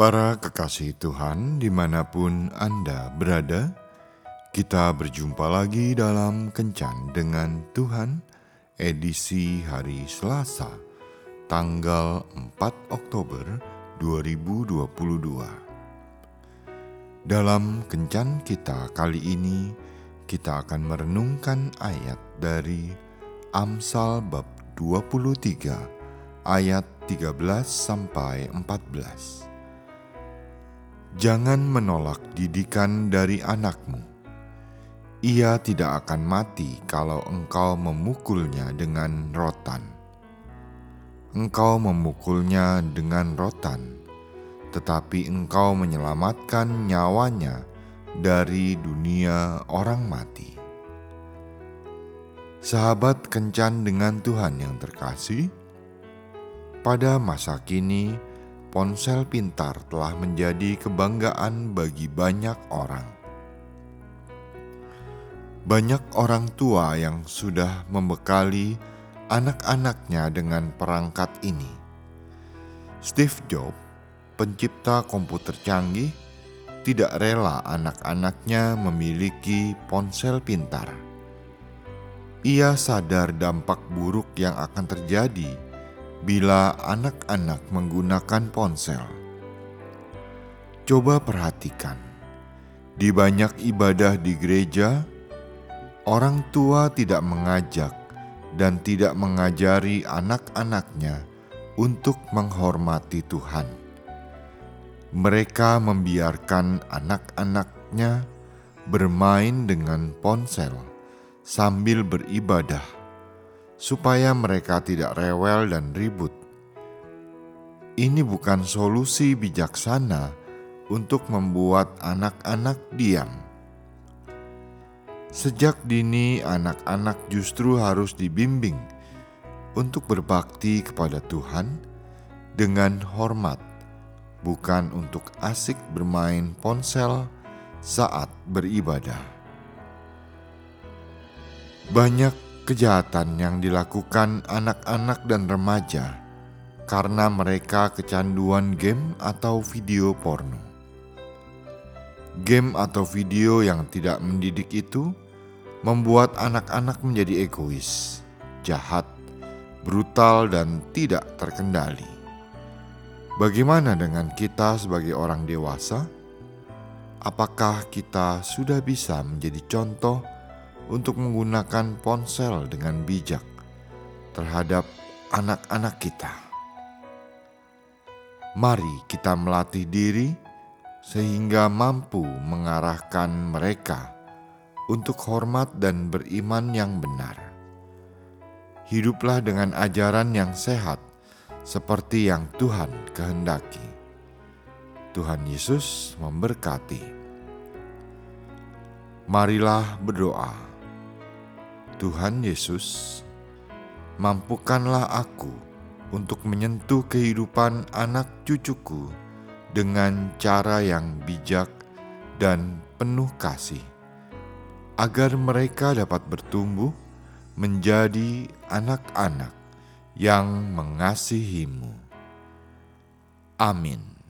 Para kekasih Tuhan dimanapun Anda berada, kita berjumpa lagi dalam Kencan dengan Tuhan, edisi hari Selasa, tanggal 4 Oktober 2022. Dalam Kencan kita kali ini, kita akan merenungkan ayat dari Amsal bab 23, ayat 13 sampai 14. Jangan menolak didikan dari anakmu. Ia tidak akan mati kalau engkau memukulnya dengan rotan. Engkau memukulnya dengan rotan, tetapi engkau menyelamatkan nyawanya dari dunia orang mati. Sahabat Kencan dengan Tuhan yang terkasih, pada masa kini, ponsel pintar telah menjadi kebanggaan bagi banyak orang. Banyak orang tua yang sudah membekali anak-anaknya dengan perangkat ini. Steve Jobs, pencipta komputer canggih, tidak rela anak-anaknya memiliki ponsel pintar. Ia sadar dampak buruk yang akan terjadi bila anak-anak menggunakan ponsel. Coba perhatikan, di banyak ibadah di gereja, orang tua tidak mengajak dan tidak mengajari anak-anaknya untuk menghormati Tuhan. Mereka membiarkan anak-anaknya bermain dengan ponsel sambil beribadah, supaya mereka tidak rewel dan ribut. Ini bukan solusi bijaksana untuk membuat anak-anak diam. Sejak dini, anak-anak justru harus dibimbing untuk berbakti kepada Tuhan dengan hormat, bukan untuk asik bermain ponsel saat beribadah. Banyak kejahatan yang dilakukan anak-anak dan remaja karena mereka kecanduan game atau video porno. Game atau video yang tidak mendidik itu membuat anak-anak menjadi egois, jahat, brutal, dan tidak terkendali. Bagaimana dengan kita sebagai orang dewasa? Apakah kita sudah bisa menjadi contoh untuk menggunakan ponsel dengan bijak terhadap anak-anak kita? Mari kita melatih diri sehingga mampu mengarahkan mereka untuk hormat dan beriman yang benar. Hiduplah dengan ajaran yang sehat seperti yang Tuhan kehendaki. Tuhan Yesus memberkati. Marilah berdoa. Tuhan Yesus, mampukanlah aku untuk menyentuh kehidupan anak cucuku dengan cara yang bijak dan penuh kasih, agar mereka dapat bertumbuh menjadi anak-anak yang mengasihi-Mu. Amin.